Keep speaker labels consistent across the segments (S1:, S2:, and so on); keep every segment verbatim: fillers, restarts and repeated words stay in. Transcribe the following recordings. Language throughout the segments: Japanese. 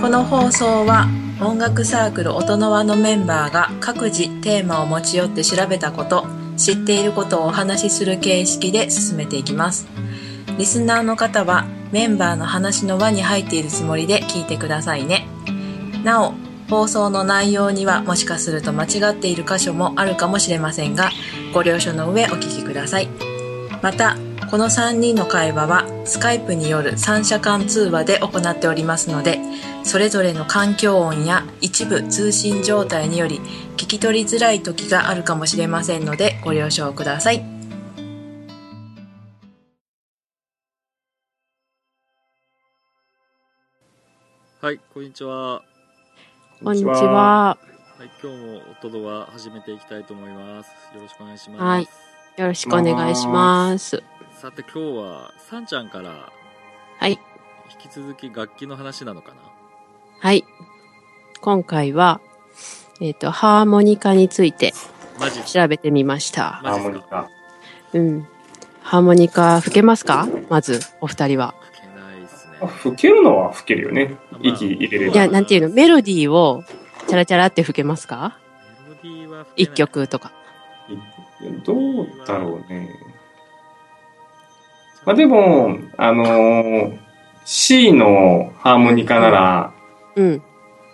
S1: この放送は音楽サークル音の輪のメンバーが各自テーマを持ち寄って調べたこと、知っていることをお話しする形式で進めていきます。リスナーの方はメンバーの話の輪に入っているつもりで聞いてくださいね。なお、放送の内容にはもしかすると間違っている箇所もあるかもしれませんが、ご了承の上お聞きください。また、このさんにんの会話はスカイプによる三者間通話で行っておりますので、それぞれの環境音や一部通信状態により聞き取りづらい時があるかもしれませんのでご了承ください。
S2: はい、こんにちは。
S3: こんにちは。
S2: はい、今日も音の輪始めていきたいと思います。よろしくお願いします。
S3: はい、よろしくお願いします。
S2: さて今日はさんちゃんから
S3: はい、
S2: 引き続き楽器の話なのかな。
S3: はい、今回はえっとハーモニカについて調べてみました。
S2: マジですか。
S4: ハ
S3: うん、ハーモニカ吹けますか？まずお二人は。
S2: 吹けないですね。
S4: 吹けるのは吹けるよね。息入れれば。
S3: いや、なんていうの、メロディーをチャラチャラって吹けますか？
S2: メロディーは吹けない。
S3: 一曲とか。
S4: どうだろうね。まあでも、あのー、C のハーモニカなら、
S3: うん。
S4: ど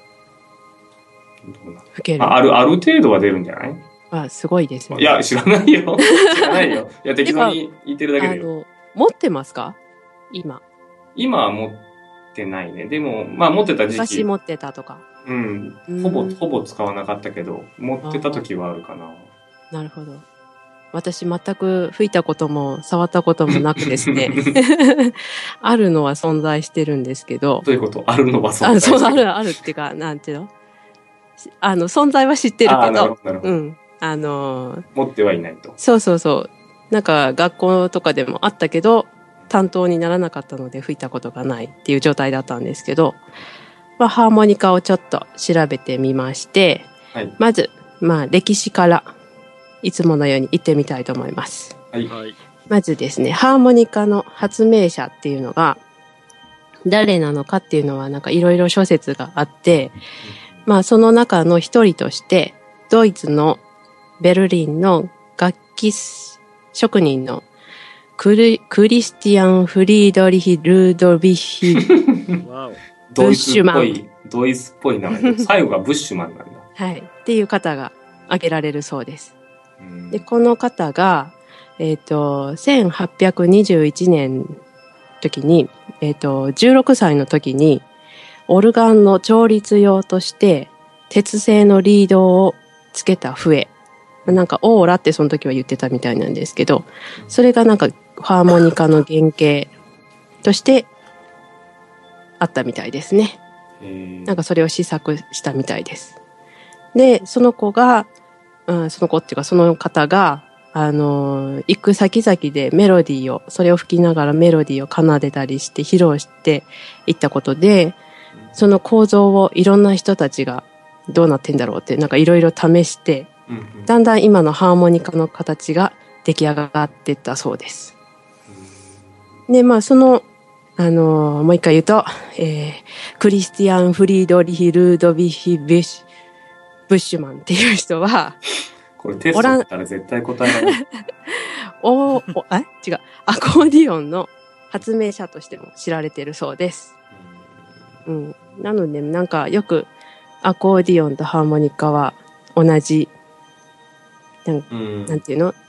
S4: うな
S3: 吹ける。
S4: あある、ある程度は出るんじゃない？
S3: あ、すごいですね。
S4: いや、知らないよ。知らないよ。いや、適当に言ってるだけ
S3: あ
S4: でよ。
S3: の、持ってますか？今。
S4: 今は持ってないね。でも、まあ持ってた時期。
S3: 昔持ってたとか。
S4: うん。
S3: うん
S4: ほぼ、ほぼ使わなかったけど、持ってた時はあるかな。
S3: なるほど。私全く吹いたことも触ったこともなくですね。あるのは存在してるんですけど。
S4: どういうこと？あるのは存
S3: あ
S4: 在してる。
S3: そう、ある、あるっていうか、なんていうの？あの、存在は知ってるけど。
S4: あ、なるほど、なるほど。
S3: うん。あのー、
S4: 持ってはいないと。
S3: そうそうそう。なんか学校とかでもあったけど、担当にならなかったので吹いたことがないっていう状態だったんですけど、まあ、ハーモニカをちょっと調べてみまして、
S4: はい、
S3: まず、まあ、歴史からいつものように行ってみたいと思います。
S4: はい。
S3: まずですね、ハーモニカの発明者っていうのが、誰なのかっていうのはなんかいろいろ諸説があって、まあその中の一人として、ドイツのベルリンの楽器職人のクリ、クリスティアン・フリードリヒ・ルードビヒ・ブッシュマン。
S4: ドイツっぽい名前。最後がブッシュマンなんだ。
S3: はい。っていう方が挙げられるそうです。で、この方が、えっと、せんはっぴゃくにじゅういちねんの時に、えっと、じゅうろくさいの時に、オルガンの調律用として、鉄製のリードをつけた笛。なんか、オーラってその時は言ってたみたいなんですけど、それがなんか、ハーモニカの原型としてあったみたいですね。なんかそれを試作したみたいです。で、その子が、うん、その子っていうかその方が、あのー、行く先々でメロディーを、それを吹きながらメロディーを奏でたりして披露していったことで、その構造をいろんな人たちがどうなってんだろうって、なんかいろいろ試して、だんだん今のハーモニカの形が出来上がっていったそうです。で、まあその、あのー、もう一回言うと、えー、クリスティアン・フリードリヒ・ルードビヒ・ブッシュ、ブッシュマンっていう人は、
S4: これテストだったら絶対答えられない。
S3: お、お、え違う。アコーディオンの発明者としても知られているそうです。うん。なので、なんかよくアコーディオンとハーモニカは同じ、なん、うん、なんていうの？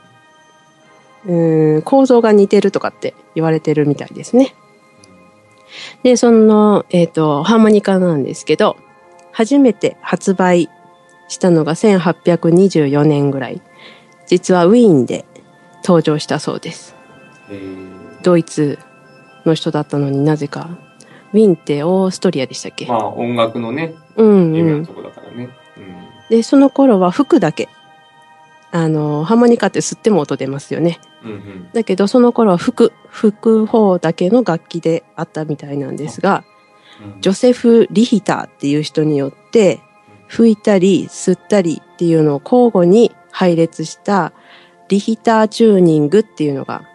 S3: うん、構造が似てるとかって言われてるみたいですね。で、その、えっと、ハーモニカなんですけど、初めて発売したのがせんはっぴゃくにじゅうよねんぐらい。実はウィーンで登場したそうです。ドイツの人だったのになぜか。ウィーンってオーストリアでしたっけ？
S4: まあ音楽のね、
S3: うんうん、
S4: 有名なとこだからね。うん、
S3: で、その頃は吹くだけ。あの、ハーモニカって吸っても音出ますよね。
S4: うんうん、
S3: だけどその頃は吹く、吹く方だけの楽器であったみたいなんですが、うん、ジョセフ・リヒターっていう人によって吹いたり吸ったりっていうのを交互に配列したリヒターチューニングっていうのが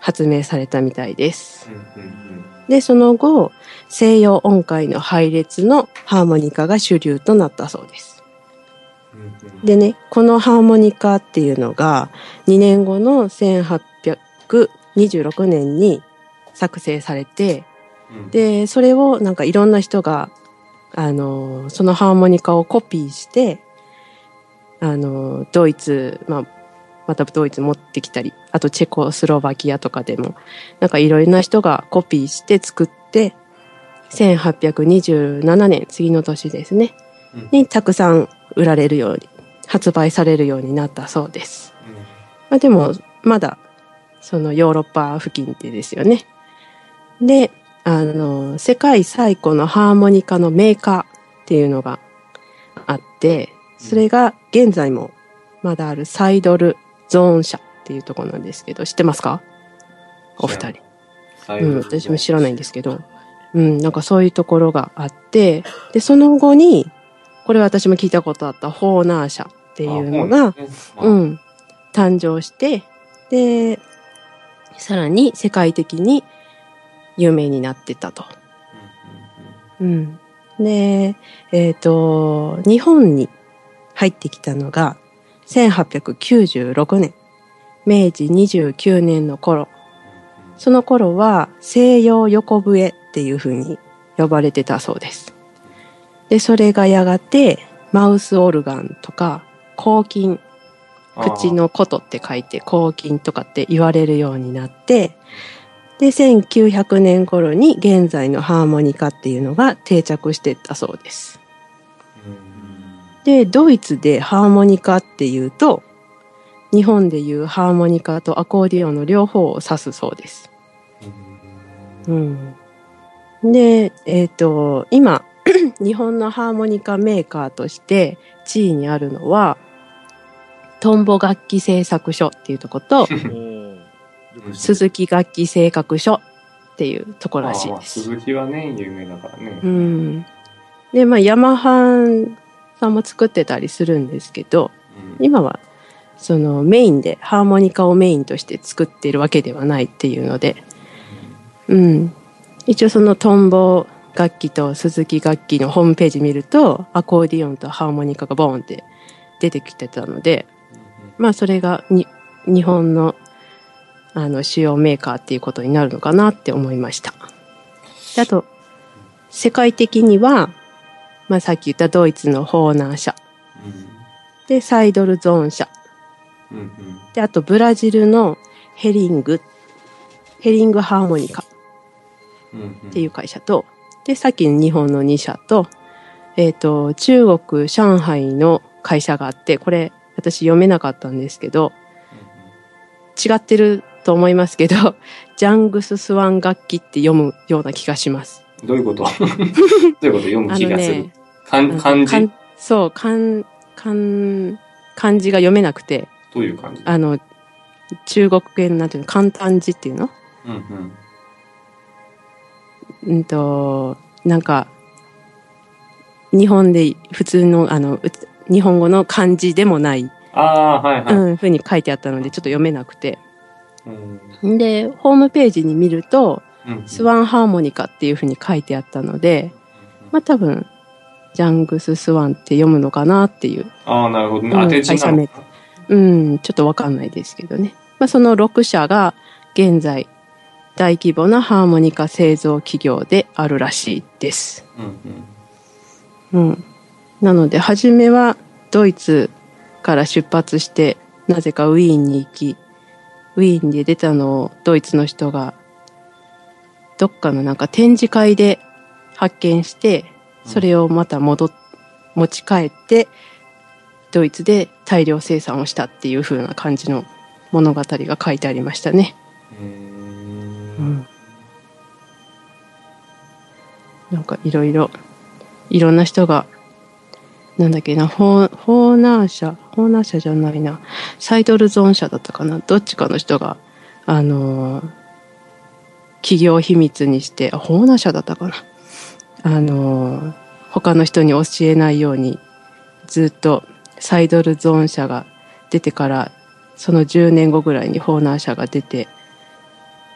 S3: 発明されたみたいです。
S4: うんうんうん、
S3: で、その後、西洋音階の配列のハーモニカが主流となったそうです。うんうん、でね、このハーモニカっていうのがにねんごのせんはっぴゃくにじゅうろくねんに作成されて、うん、で、それをなんかいろんな人が、あの、そのハーモニカをコピーして、あの、ドイツ、まあ、またドイツ持ってきたり、あとチェコスロバキアとかでも、なんかいろいろな人がコピーして作って、せんはっぴゃくにじゅうななねん、次の年ですね、うん、にたくさん売られるように、発売されるようになったそうです。うん、まあ、でも、まだ、そのヨーロッパ付近でですよね。で、あの、世界最古のハーモニカのメーカーっていうのがあって、それが現在もまだあるサイドルゾーン社っていうところなんですけど、知ってますか？お二人。うん、私も知らないんですけど、うん、なんかそういうところがあって、で、その後に、これ私も聞いたことあったホーナー社っていうのが、うん、誕生して、で、さらに世界的に有名になってたと。うん。で、えっと、日本に入ってきたのが、せんはっぴゃくきゅうじゅうろくねん、めいじにじゅうきゅうねんの頃。その頃は西洋横笛っていう風に呼ばれてたそうです。で、それがやがてマウスオルガンとか口琴、口のことって書いて口琴とかって言われるようになって、で、せんきゅうひゃくねん頃に現在のハーモニカっていうのが定着していったそうです。で、ドイツでハーモニカっていうと、日本でいうハーモニカとアコーディオンの両方を指すそうです。うん、で、えっと、今、日本のハーモニカメーカーとして地位にあるのは、トンボ楽器製作所っていうところと、鈴木楽器製作所っていうところらしいです。
S4: 鈴木はね、有名だからね。
S3: うん。で、まあ、ヤマハさんも作ってたりするんですけど、うん、今は、そのメインで、ハーモニカをメインとして作っているわけではないっていうので、うん。うん、一応そのトンボ楽器と鈴木楽器のホームページ見ると、アコーディオンとハーモニカがボーンって出てきてたので、まあそれがに日本のあの主要メーカーっていうことになるのかなって思いました。であと世界的には、まあ、さっき言ったドイツのホーナー社、うん、でサイドルゾーン社、うんうん、であとブラジルのヘリングヘリングハーモニカっていう会社と、でさっきの日本のに社と、えっと中国上海の会社があって、これ私読めなかったんですけど、違ってると思いますけど、ジャングススワン楽器って読むような気がします。
S4: どういうことどういうこと読む気がする、ね、漢字
S3: そう、漢、漢、漢字が読めなくて。
S4: どういう漢字？
S3: あの、中国系のなんていうの、簡単字っていうの？うんうん。うんと、なんか、日本で普通の、あの、日本語の漢字でもない、
S4: ああ、はいはい。
S3: うん、ふうに書いてあったので、ちょっと読めなくて。うん、で、ホームページに見ると、うん、スワンハーモニカっていうふうに書いてあったので、まあ多分、ジャングススワンって読むのかなっていう。
S4: ああ、なるほどね。当て字なのか。
S3: うん、ちょっとわかんないですけどね。まあそのろく社が現在、大規模なハーモニカ製造企業であるらしいです。うん、うん。うん。なので、初めはドイツから出発して、なぜかウィーンに行き、ウィーンで出たのをドイツの人が、どっかのなんか展示会で発見して、それをまた戻っ、持ち帰って、ドイツで大量生産をしたっていう風な感じの物語が書いてありましたね。うん、なんかいろいろ、いろんな人が、なんだっけな、ホー、ホーナー社、ホーナー社じゃないな、サイドルゾーン社だったかな、どっちかの人が、あのー、企業秘密にして、あ、ホーナー社だったかな、あのー、他の人に教えないように、ずっとサイドルゾーン社が出てから、そのじゅうねんごぐらいにホーナー社が出て、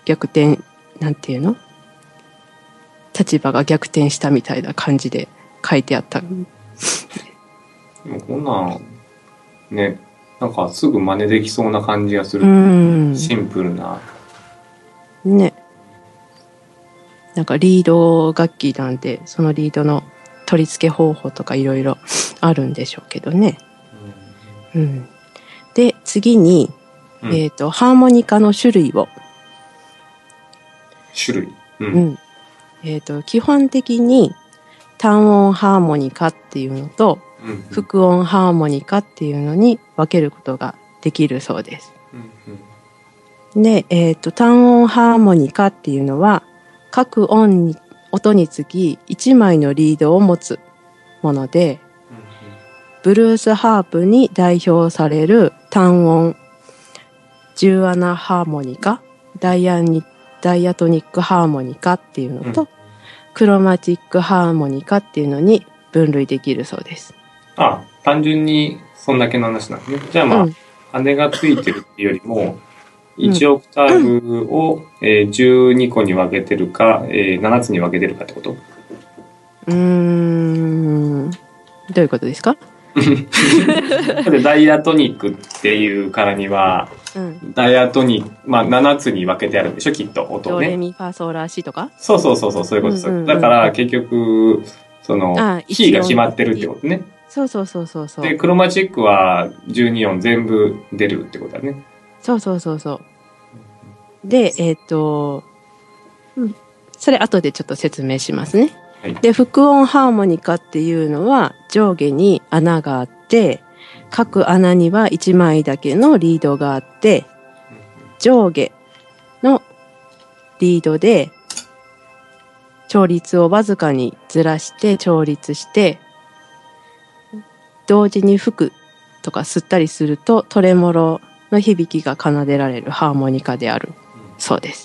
S3: 逆転、なんていうの？立場が逆転したみたいな感じで書いてあった。で
S4: もこんなんね、なんかすぐ真似できそうな感じがする。シンプルな。
S3: ね。なんかリード楽器なんで、そのリードの取り付け方法とかいろいろあるんでしょうけどね。うん。うん、で、次に、うん、えっと、ハーモニカの種類を。
S4: 種類。
S3: うん。うん、えっと、基本的に単音ハーモニカっていうのと、うんうん、複音ハーモニカっていうのに分けることができるそうです。うんうん、で、えっと、単音ハーモニカっていうのは、各音に、音につきいちまいのリードを持つもので、うんうん、ブルースハープに代表される単音、じゅう穴ハーモニカ、ダイアニ、ダイアトニックハーモニカっていうのと、うん、クロマティックハーモニカっていうのに分類できるそうです。
S4: ああ、単純にそんだけの話なんですね。じゃあまあ、うん、羽がついてるっていうよりも、いちオクターブを、えー、じゅうにこに分けてるか、えー、ななつに分けてるかってこと？
S3: うーん、どういうことですか？
S4: だってダイアトニックっていうからには、うん、ダイアトニック、まあななつに分けてあるんでしょ、きっと音をね。
S3: ドレミファソラシとか？
S4: そうそうそうそう、そういうことです、うんうんうん。だから結局、その、キーが決まってるってことね。
S3: そうそうそうそうそう。
S4: で、クロマチックはじゅうにおん全部出るってことだね。
S3: そうそうそうそう。で、えっと、うん、それ後でちょっと説明しますね。はい、で、複音ハーモニカっていうのは上下に穴があって、各穴にはいちまいだけのリードがあって、上下のリードで調律をわずかにずらして調律して、同時に吹くとか吸ったりするとトレモロの響きが奏でられるハーモニカであるそうです。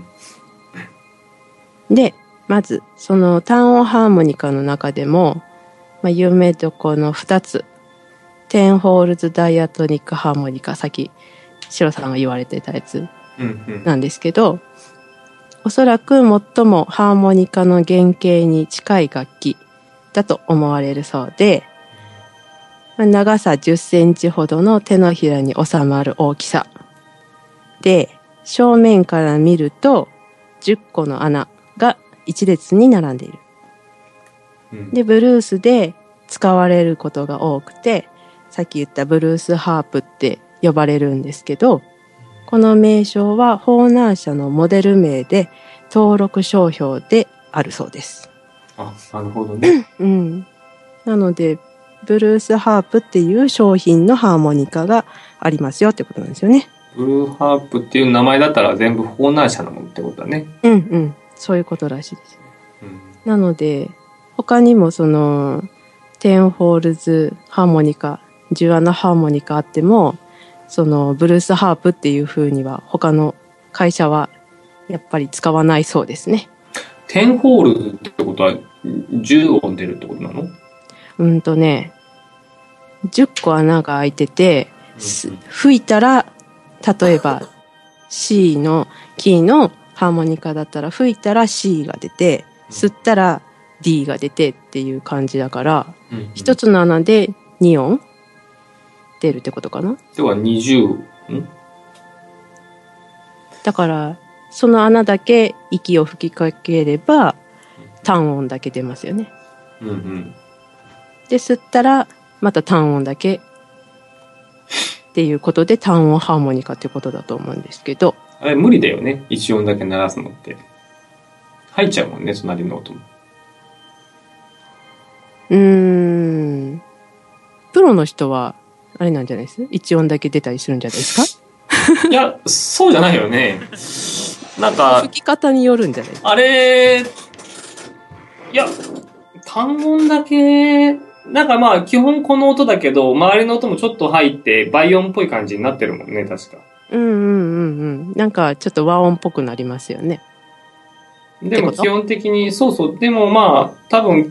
S3: で、まずその単音ハーモニカの中でも、まあ、有名どこのふたつ、テンホールズダイアトニックハーモニカ、さっきシロさんが言われてたやつなんですけど、うんうん、おそらく最もハーモニカの原型に近い楽器だと思われるそうで、長さじゅっセンチほどの手のひらに収まる大きさで、正面から見るとじゅっこの穴が一列に並んでいる。うん、で、ブルースで使われることが多くて、さっき言ったブルースハープって呼ばれるんですけど、この名称はホーナー社のモデル名で登録商標であるそうです。
S4: あ、なるほどね。
S3: うん。なので、ブルースハープっていう商品のハーモニカがありますよってことなんですよね。
S4: ブルーハープっていう名前だったら全部ホーナー社のものってことだね。
S3: うんうん。そういうことらしいです。うん、なので、他にもその、テンホールズハーモニカ、じゅう穴ハーモニカあっても、そのブルースハープっていう風には他の会社はやっぱり使わないそうですね。
S4: テンホールズってことはじゅうおん出るってことなの？
S3: うんとね、じゅっこ穴が開いてて、うんうん、吹いたら、例えば C のキーのハーモニカだったら吹いたら C が出て、吸ったら D が出てっていう感じだから、うんうん、一つの穴でにおん出るってことかな。
S4: ではにじゅう、ん
S3: だからその穴だけ息を吹きかければ単音だけ出ますよね。うんうん、で吸ったらまた単音だけっていうことで単音ハーモニカってことだと思うんですけど。
S4: あれ無理だよね、一音だけ鳴らすのって。入っちゃうもんね、隣の音も。
S3: うーん。プロの人はあれなんじゃないです？一音だけ出たりするんじゃないですか？
S4: いや、そうじゃないよね。なんか
S3: 吹き方によるんじゃないですか？
S4: あれ、いや、単音だけ、なんかまあ基本この音だけど、周りの音もちょっと入って倍音っぽい感じになってるもんね、確か。
S3: うんうんうんうん。なんかちょっと和音っぽくなりますよね。
S4: でも基本的に、そうそう、でもまあ多分、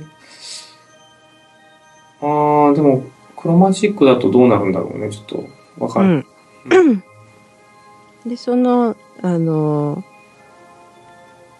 S4: あー、でもクロマチックだとどうなるんだろうね、ちょっとわかる。
S3: うん。で、その、あの、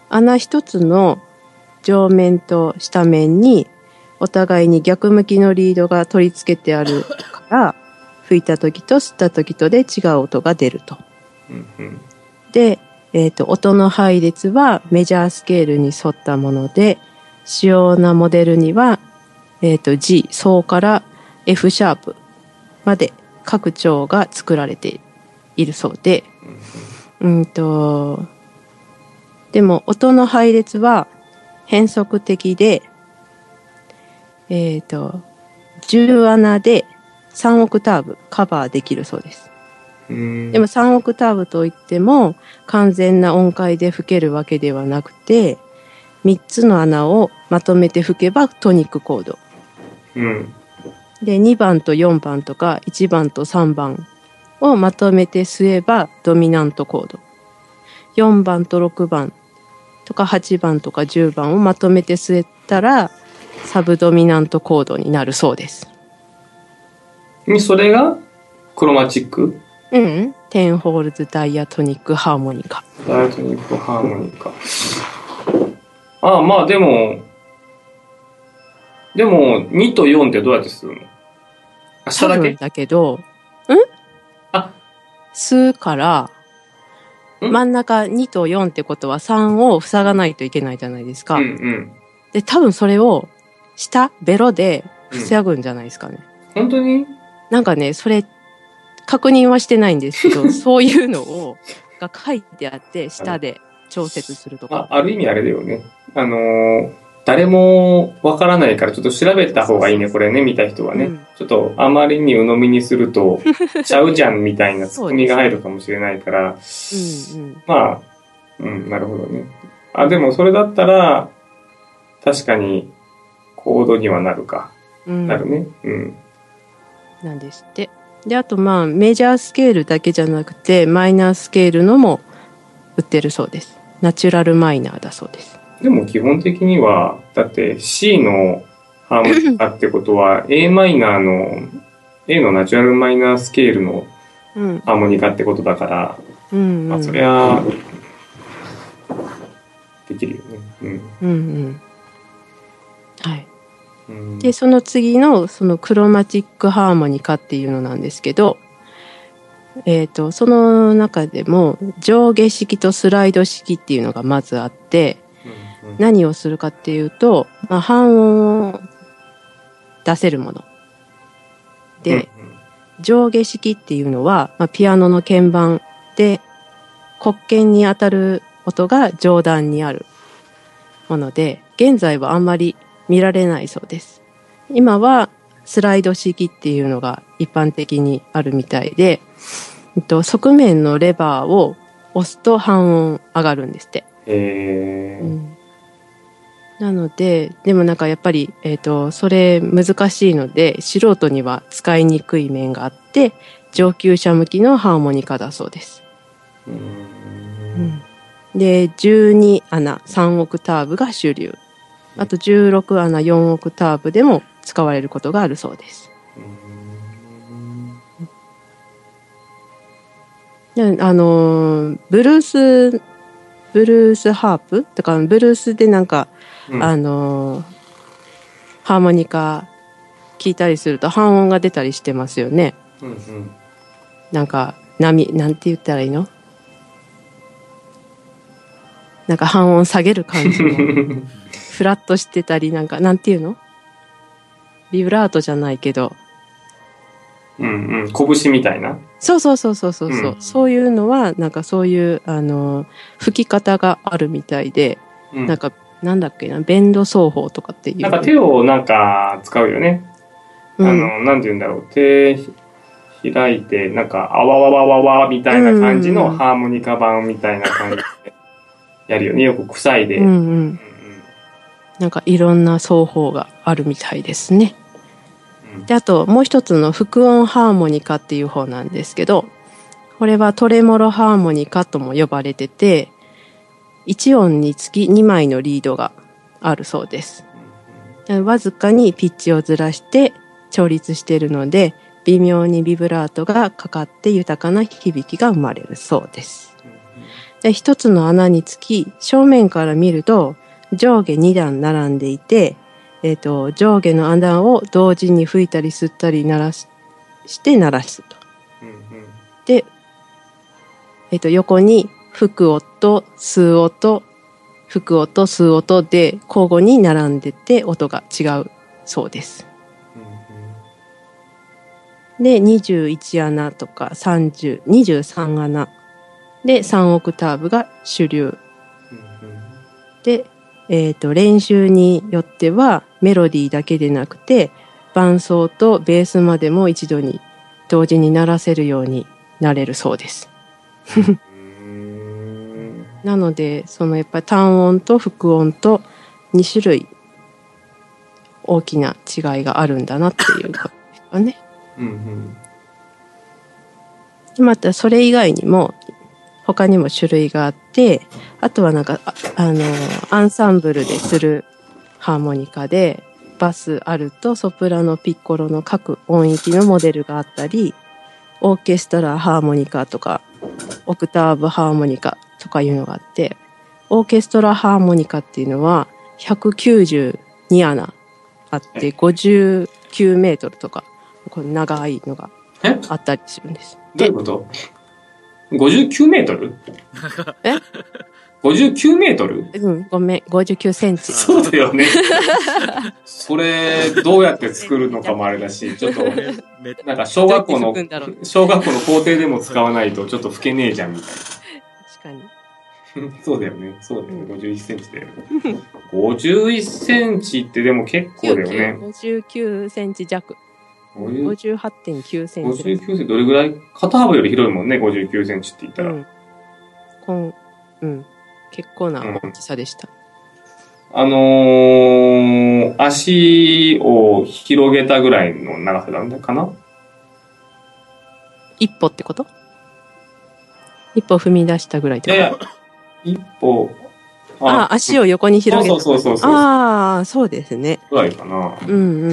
S3: 穴一つの上面と下面にお互いに逆向きのリードが取り付けてあるから吹いた時と吸った時とで違う音が出ると。
S4: うんうん、
S3: で、えっと、音の配列はメジャースケールに沿ったもので、主要なモデルには、えっと、G、ソから F シャープまで各調が作られているそうで、うんと、でも音の配列は変則的で、えっと、じゅう穴でさんオクターブカバーできるそうです。でもさんオクターブといっても完全な音階で吹けるわけではなくて、みっつの穴をまとめて吹けばトニックコード。
S4: うん、
S3: で、にばんとよんばんとかいちばんとさんばんをまとめて吸えばドミナントコード。よんばんとろくばんとかはちばんとかじゅうばんをまとめて吸えたらサブドミナントコードになるそうです。
S4: それがクロマチック？
S3: うん。テンホールズダイアトニックハーモニカ。
S4: ダイアトニックハーモニカ。ああ、まあでも、でもにとよんってどうやって吸うの？あ、下だけ？
S3: だけど、ん？
S4: あ、
S3: 吸うから、真ん中にとよんってことはさんを塞がないといけないじゃないですか。
S4: うんうん。
S3: で、多分それを下、ベロで塞ぐんじゃないですかね。
S4: うん、本当に？
S3: なんかね、それ、確認はしてないんですけど、そういうのを、が書いてあって、下で調節するとか。
S4: あ、ある意味あれだよね。あのー、誰もわからないからちょっと調べた方がいいね、これね、見た人はね。うん、ちょっとあまりに鵜呑みにすると、ちゃうじゃんみたいなツッコミが入るかもしれないから、うんうん、まあ、うん、なるほどね。あ、でもそれだったら、確かにコードにはなるか。うん、なるね。うん。
S3: なんですって。で、あとまあメジャースケールだけじゃなくてマイナースケールのも売ってるそうです。ナチュラルマイナーだそうです。
S4: でも基本的にはだって C のハーモニカってことは A マイナーの A のナチュラルマイナースケールのハーモニカってことだから、うんうん、まあそりゃできるよね。うんうんうん。
S3: はい。で、その次の、そのクロマチックハーモニカっていうのなんですけど、えっと、その中でも上下式とスライド式っていうのがまずあって、うんうん、何をするかっていうと、まあ、半音を出せるもの。で、うんうん、上下式っていうのは、まあ、ピアノの鍵盤で黒鍵に当たる音が上段にあるもので、現在はあんまり見られないそうです。今はスライド式っていうのが一般的にあるみたいで、えっと、側面のレバーを押すと半音上がるんですって。へー、うん、なので、でもなんかやっぱり、えっと、それ難しいので、素人には使いにくい面があって、上級者向きのハーモニカだそうです。うーん、で、じゅうに穴さんオクターブが主流。あとじゅうろく穴よんオクターブでも使われることがあるそうです。で、あのブルースブルースハープとかブルースでなんか、うん、あのハーモニカ聴いたりすると半音が出たりしてますよね。うんうん、なんか波なんて言ったらいいの？なんか半音下げる感じの。フラッとしてたり、なんか、なんていうの？ビブラートじゃないけど。
S4: うんうん。拳みたいな。
S3: そうそうそうそうそう。うん、そういうのは、なんかそういう、あの、吹き方があるみたいで、うん、なんか、なんだっけな、ベンド奏法とかっていう。
S4: なんか手をなんか使うよね。うん、あの、なんて言うんだろう。手開いて、なんか、あわわわわわみたいな感じのハーモニカ版みたいな感じでやるよね。よく臭いで。うんうん
S3: なんかいろんな奏法があるみたいですね。で、あともう一つの複音ハーモニカっていう方なんですけど、これはトレモロハーモニカとも呼ばれてて、いち音につきにまいのリードがあるそうです。わずかにピッチをずらして調律しているので、微妙にビブラートがかかって豊かな響きが生まれるそうです。 で、一つの穴につき、正面から見ると、上下に段並んでいて、えっと、上下の穴を同時に吹いたり吸ったり鳴らし、して鳴らすと。
S4: うんうん、
S3: で、えっと、横に吹く音、吸う音、吹く音、吸う音で交互に並んでて音が違うそうです。うんうん、で、にじゅういち穴とかさんじゅう、にじゅうさん穴でさんオクターブが主流。うんうん、で、えっと、練習によってはメロディーだけでなくて伴奏とベースまでも一度に同時に鳴らせるようになれるそうです。なので、そのやっぱり単音と複音とに種類大きな違いがあるんだなっていうことですかね。うんうん、またそれ以外にも他にも種類があって、あとはなんか、あ、あの、アンサンブルでするハーモニカで、バス、アルト、ソプラノ、ピッコロの各音域のモデルがあったり、オーケストラハーモニカとか、オクターブハーモニカとかいうのがあって、オーケストラハーモニカっていうのはひゃくきゅうじゅうに穴あってごじゅうきゅうメートルとか、この長いのがあったりするんです。
S4: どういうこと？ごじゅうきゅうメートル？
S3: え？
S4: ごじゅうきゅうメートル？
S3: うん、ごめん、ごじゅうきゅうセンチ。
S4: そうだよね。それ、どうやって作るのかもあれだし、ちょっと、なんか小学校の、小学校の校庭でも使わないとちょっと吹けねえじゃんみたいな。
S3: 確かに。
S4: そうだよね。そうだよね。ごじゅういっセンチだよね。ごじゅういっセンチってでも結構だよね。
S3: ごじゅうきゅうセンチ弱。ごじゅうはちてんきゅうセンチ。
S4: ごじゅうきゅうセンチ、どれぐらい？肩幅より広いもんね、ごじゅうきゅうセンチって言ったら。
S3: うん。こん、うん。結構な大きさでした。
S4: うん、あのー、足を広げたぐらいの長さなんだかな？
S3: 一歩ってこと？一歩踏み出したぐらいってこと？
S4: いやいや、一歩、
S3: ああ、足を横に広げた。
S4: そうそうそうそう。
S3: ああ、そうですね。
S4: ぐらいかな。
S3: うんうんうん。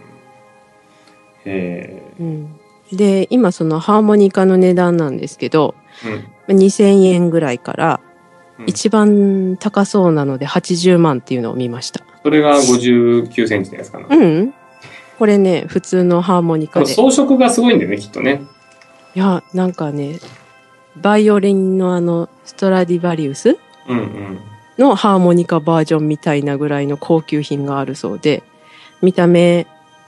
S4: へえ、うん。
S3: で、今そのハーモニカの値段なんですけど、うん、にせんえんぐらいから、一番高そうなのではちじゅうまんっていうのを見ました。
S4: それがごじゅうきゅうセンチのやつかな。
S3: うん。これね、普通のハーモニカで。
S4: 装飾がすごいんだよね、きっとね。
S3: いや、なんかね、バイオリンのあの、ストラディバリウスのハーモニカバージョンみたいなぐらいの高級品があるそうで、見た目、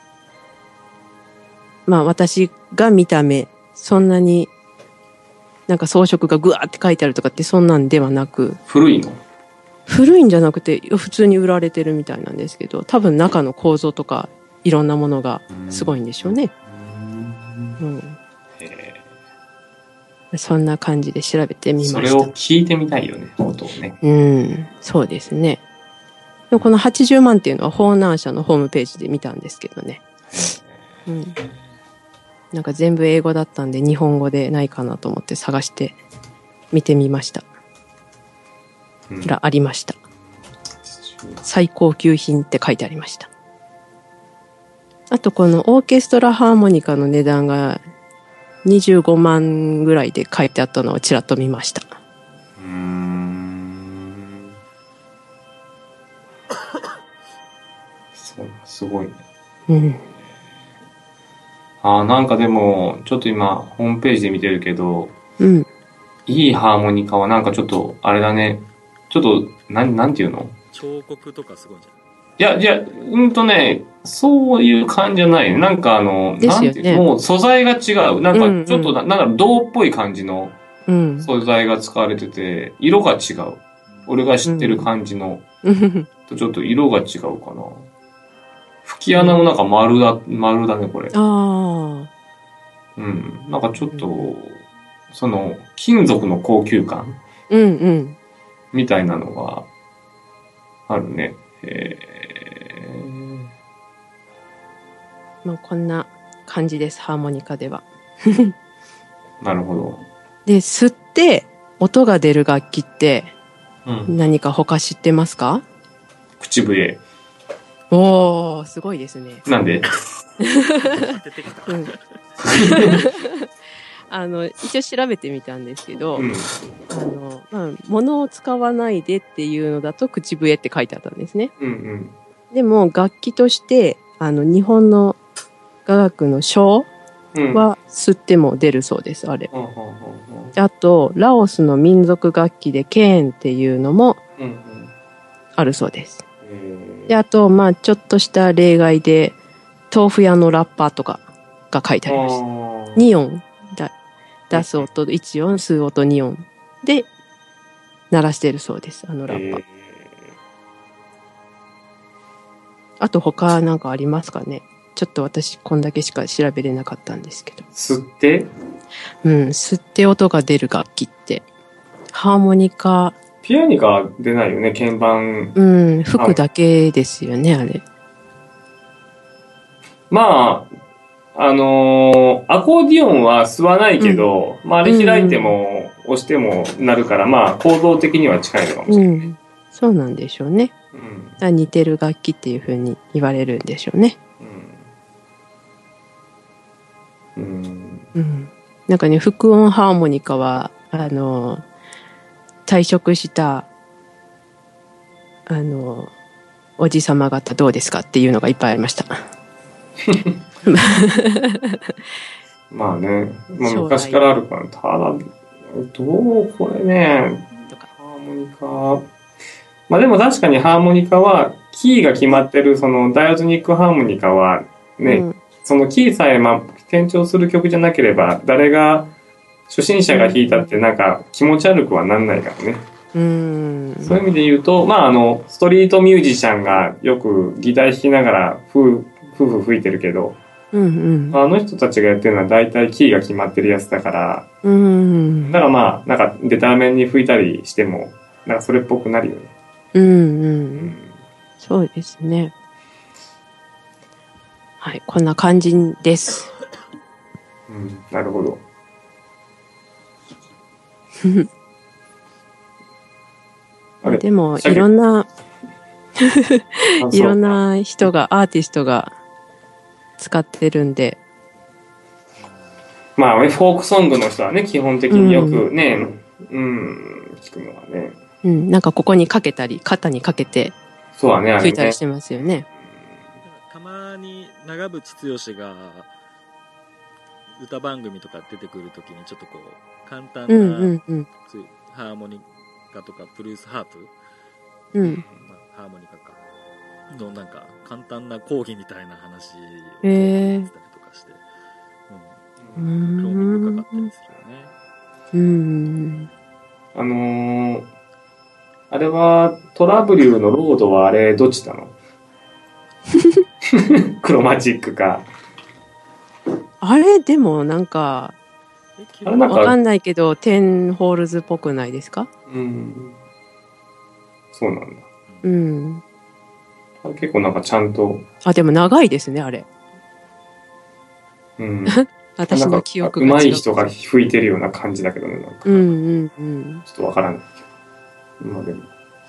S3: まあ私が見た目、そんなになんか装飾がグワーって書いてあるとかってそんなんではなく。
S4: 古いの？
S3: 古いんじゃなくて普通に売られてるみたいなんですけど、多分中の構造とかいろんなものがすごいんでしょうね。うん、そんな感じで調べてみました。
S4: それを聞いてみたいよね、音をね。
S3: うん、そうですね。でこのはちじゅうまんっていうのはホーナー社のホームページで見たんですけどね。うん、なんか全部英語だったんで日本語でないかなと思って探して見てみました。うん、らありました。最高級品って書いてありました。あとこのオーケストラハーモニカの値段がにじゅうごまんぐらいで書いてあったのをちらっと見ました。うーん。
S4: そう、すごいね。
S3: うん。
S4: ああ、なんかでもちょっと今ホームページで見てるけど、
S3: うん。
S4: いいハーモニカはなんかちょっとあれだね。ちょっとなんなんていうの？
S2: 彫刻とかすごいんじゃない？
S4: いや、いや、うんとね、そういう感じじゃない。なんかあの、
S3: ですよね、
S4: なんてもう素材が違う。なんかちょっとな、うんうん、なんだろう、銅っぽい感じの素材が使われてて、うん、色が違う。俺が知ってる感じの、うん、とちょっと色が違うかな。吹き穴もなんか丸だ、丸だね、これ。
S3: ああ。
S4: うん。なんかちょっと、うん、その、金属の高級感
S3: うんうん。
S4: みたいなのがあるね。え
S3: ー、まあこんな感じです、ハーモニカでは。
S4: なるほど。
S3: で、吸って音が出る楽器って何か他知ってますか？うん、
S4: 口笛。
S3: おー、すごいですね。
S4: なんで？
S3: うん、 あの、一応調べてみたんですけど、
S4: うん、
S3: あの、まあ、物を使わないでっていうのだと口笛って書いてあったんですね。
S4: うん、うん。
S3: でも、楽器として、あの、日本の雅楽の笙は吸っても出るそうです、あれ。
S4: うん、
S3: あと、ラオスの民族楽器でケーンっていうのもあるそうです。
S4: うん、
S3: で、あと、まあ、ちょっとした例外で、豆腐屋のラッパーとかが書いてありました。に音だ、出す音いち音、吸う音に音で鳴らしてるそうです、あのラッパー。えー、あと他なんかありますかね。ちょっと私こんだけしか調べれなかったんですけど。
S4: 吸って
S3: うん、吸って音が出る楽器って。ハーモニカ。
S4: ピアニカ出ないよね、鍵盤。
S3: うん、吹くだけですよね、あれ。
S4: まあ、あのー、アコーディオンは吸わないけど、うん、まああれ開いても押してもなるから、まあ構造的には近いのかもしれない。うん、
S3: そうなんでしょうね。うん、似てる楽器っていう風に言われるんでしょうね。うん。うん、なんかね、副音ハーモニカは、あの、退職した、あの、おじさま方どうですかっていうのがいっぱいありました。
S4: まあね、まあ、昔からあるから、ただ、どう、これね、ハーモニカ。まあでも確かにハーモニカは、キーが決まってる、そのダイアトニックハーモニカはね、うん、そのキーさえ、まあ、転調する曲じゃなければ、誰が、初心者が弾いたってなんか気持ち悪くはなんないからね。うん、そういう意味で言うと、まああの、ストリートミュージシャンがよくギター弾きながら、ふう、ふうふう吹いてるけど、うんうん、あの人たちがやってるのは大体キーが決まってるやつだから、うんうん、だからまあ、なんかデターメンに吹いたりしても、なんかそれっぽくなるよね。うんうん。
S3: うん、そうですね。はい、こんな感じです。
S4: うん、なるほど。
S3: でも、いろんな、いろんな人が、アーティストが使ってるんで。
S4: まあ、フォークソングの人はね、基本的によくね、うん、うん、聞くのはね。
S3: うん、なんかここにかけたり、肩にかけて、
S4: そうだね、
S3: 吹いたりしてますよね。
S2: たまに長渕剛が歌番組とか出てくるときにちょっとこう簡単な、うんうんうん、ハーモニカとかプルースハープ、うんまあ、ハーモニカかのなんか簡単な講義みたいな話を言ってたりとかして、えーうん、興味深かったりするよね。
S4: うんあのー、あれはトラブリューのロードはあれどっちなのクロマチックか。
S3: あれでもなんかわかんないけどテンホールズっぽくないですか？
S4: うん。そうなんだ。
S3: うん。
S4: あれ結構なんかちゃんと。
S3: あ、でも長いですねあれ。
S4: うん。
S3: 私の記憶が
S4: 上手い人が吹いてるような感じだけどね。なんか
S3: うんうんうん。
S4: ちょっとわからないけど。まあでも。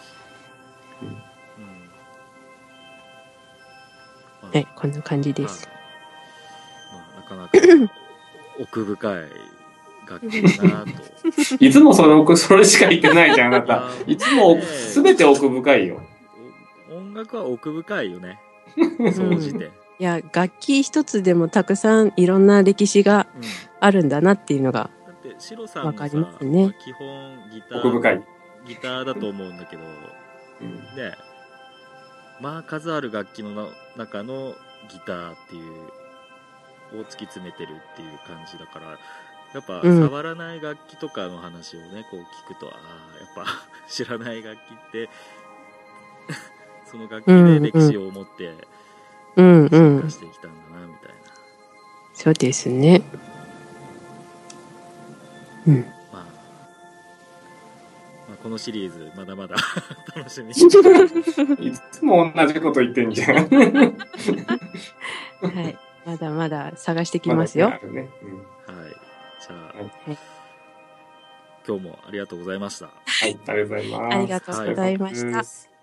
S3: はい、こんな感じです。
S2: まあ、なかなか奥深い楽器だなと。
S4: いつもそれ、それしか言ってないじゃん、あなた。いつもすべて奥深いよ。
S2: 音楽は奥深いよね。総じて。
S3: いや、楽器一つでもたくさんいろんな歴史があるんだなっていうのがわかりますね。
S2: まあ、基本ギター、
S4: 奥深い。
S2: ギターだと思うんだけど、うん、ね、まあ数ある楽器の中のギターっていうを突き詰めてるっていう感じだから、やっぱ触らない楽器とかの話をね、こう聞くと、ああやっぱ知らない楽器ってその楽器で歴史を持って進化してきたんだなみたいな。
S3: そうですね。うん。
S2: まあ、まあ、このシリーズまだまだ楽しみ。
S4: いつも同じこと言ってんじゃん。
S3: はい。まだまだ探してきますよ。まだね、
S2: うん、はい。じゃあ、はい、今日もありがとうございました。
S4: はい、ありがとうございます。
S3: ありがとうございました。はい。